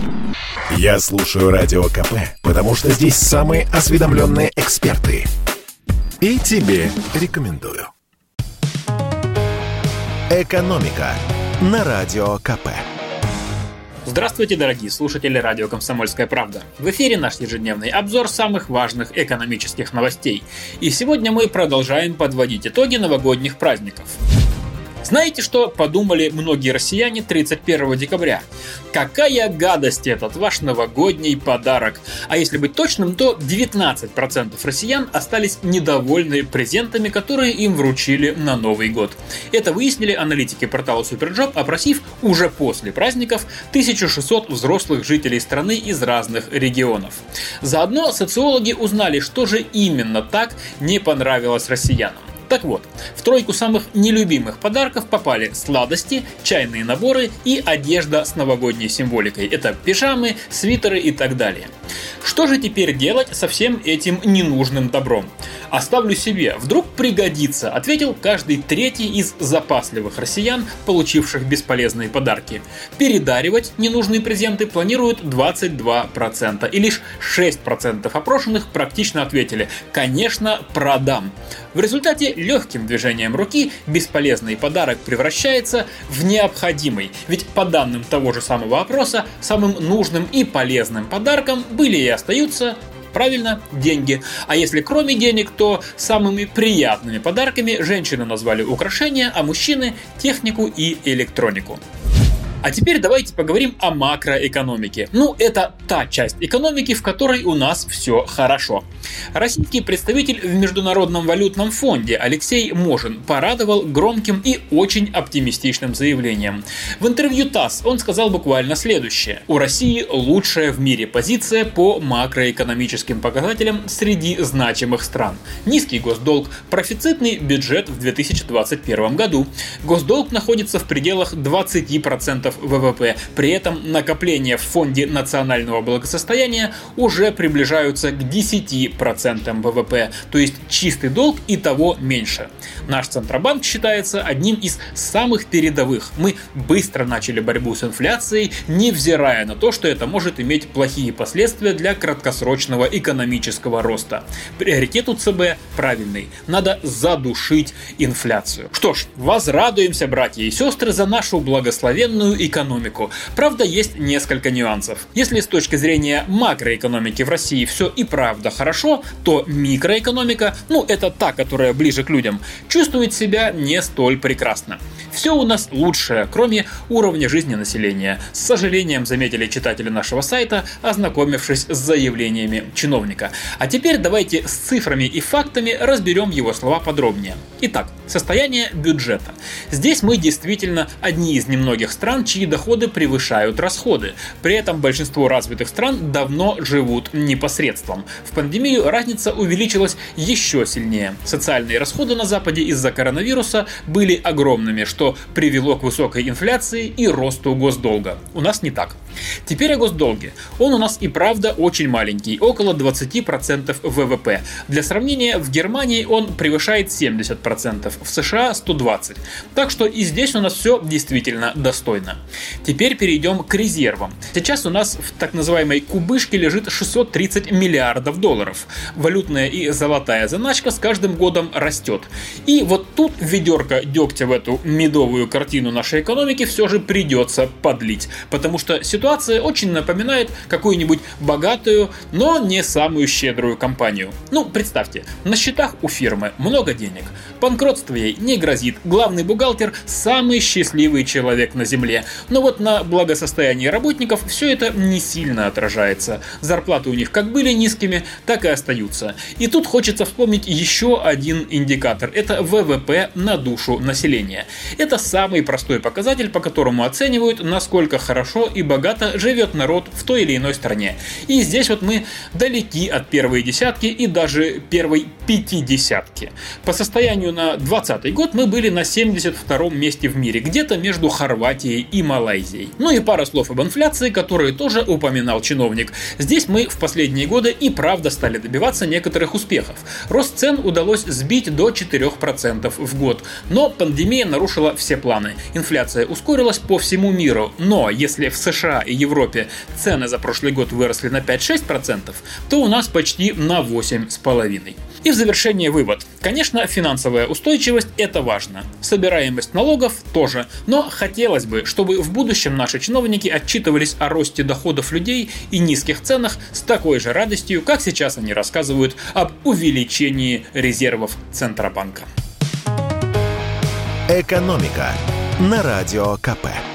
Я слушаю Радио КП, потому что здесь самые осведомленные эксперты. И тебе рекомендую. «Экономика» на Радио КП. Здравствуйте, дорогие слушатели радио «Комсомольская правда». В эфире наш ежедневный обзор самых важных экономических новостей. И сегодня мы продолжаем подводить итоги новогодних праздников. Знаете, что подумали многие россияне 31 декабря? Какая гадость этот ваш новогодний подарок! А если быть точным, то 19% россиян остались недовольны презентами, которые им вручили на Новый год. Это выяснили аналитики портала Superjob, опросив уже после праздников 1600 взрослых жителей страны из разных регионов. Заодно социологи узнали, что же именно так не понравилось россиянам. Так вот, в тройку самых нелюбимых подарков попали сладости, чайные наборы и одежда с новогодней символикой. Это пижамы, свитеры и так далее. Что же теперь делать со всем этим ненужным добром? «Оставлю себе, вдруг пригодится», ответил каждый третий из запасливых россиян, получивших бесполезные подарки. Передаривать ненужные презенты планируют 22%, и лишь 6% опрошенных практично ответили: «Конечно, продам». В результате легким движением руки бесполезный подарок превращается в необходимый, ведь по данным того же самого опроса, самым нужным и полезным подарком были и остаются, правильно, деньги. А если кроме денег, то самыми приятными подарками женщины назвали украшения, а мужчины – технику и электронику. А теперь давайте поговорим о макроэкономике. Это та часть экономики, в которой у нас все хорошо. Российский представитель в Международном валютном фонде Алексей Можин порадовал громким и очень оптимистичным заявлением. В интервью ТАСС он сказал буквально следующее: «У России лучшая в мире позиция по макроэкономическим показателям среди значимых стран. Низкий госдолг, профицитный бюджет в 2021 году. Госдолг находится в пределах 20% ВВП. При этом накопления в Фонде национального благосостояния уже приближаются к 10% ВВП, то есть чистый долг и того меньше. Наш Центробанк считается одним из самых передовых. Мы быстро начали борьбу с инфляцией, невзирая на то, что это может иметь плохие последствия для краткосрочного экономического роста. Приоритет у ЦБ правильный. Надо задушить инфляцию». Что ж, возрадуемся, братья и сестры, за нашу благословенную экономику. Правда, есть несколько нюансов. Если с точки зрения макроэкономики в России все и правда хорошо, то микроэкономика, это та, которая ближе к людям, чувствует себя не столь прекрасно. Все у нас лучшее, кроме уровня жизни населения. С сожалением заметили читатели нашего сайта, ознакомившись с заявлениями чиновника. А теперь давайте с цифрами и фактами разберем его слова подробнее. Итак, состояние бюджета. Здесь мы действительно одни из немногих стран, чьи доходы превышают расходы. При этом большинство развитых стран давно живут непосредством. В пандемию разница увеличилась еще сильнее. Социальные расходы на Западе из-за коронавируса были огромными, что привело к высокой инфляции и росту госдолга. У нас не так. Теперь о госдолге. Он у нас и правда очень маленький, около 20% ВВП. Для сравнения, в Германии он превышает 70%, в США 120%. Так что и здесь у нас все действительно достойно. Теперь перейдем к резервам. Сейчас у нас в так называемой кубышке лежит 630 миллиардов долларов. Валютная и золотая заначка с каждым годом растет. И вот тут ведерко дегтя в эту медовую картину нашей экономики все же придется подлить. Потому что ситуация очень напоминает какую-нибудь богатую, но не самую щедрую компанию. Представьте, на счетах у фирмы много денег. Банкротство ей не грозит. Главный бухгалтер – самый счастливый человек на земле. Но вот на благосостоянии работников все это не сильно отражается. Зарплаты у них как были низкими, так и остаются. И тут хочется вспомнить еще один индикатор. Это ВВП на душу населения. Это самый простой показатель, по которому оценивают, насколько хорошо и богато живет народ в той или иной стране. И здесь вот мы далеки от первой десятки и даже первой пятидесятки. По состоянию на 2020 год мы были на 72-м месте в мире, где-то между Хорватией и Малайзией. Ну и пара слов об инфляции, которые тоже упоминал чиновник. Здесь мы в последние годы и правда стали добиваться некоторых успехов. Рост цен удалось сбить до 4% в год, но пандемия нарушила все планы. Инфляция ускорилась по всему миру, но если в США и Европе цены за прошлый год выросли на 5-6%, то у нас почти на 8,5%. И в завершение вывод. Конечно, финансовая устойчивость – это важно. Собираемость налогов тоже. Но хотелось бы, чтобы в будущем наши чиновники отчитывались о росте доходов людей и низких ценах с такой же радостью, как сейчас они рассказывают об увеличении резервов Центробанка. «Экономика» на Радио КП.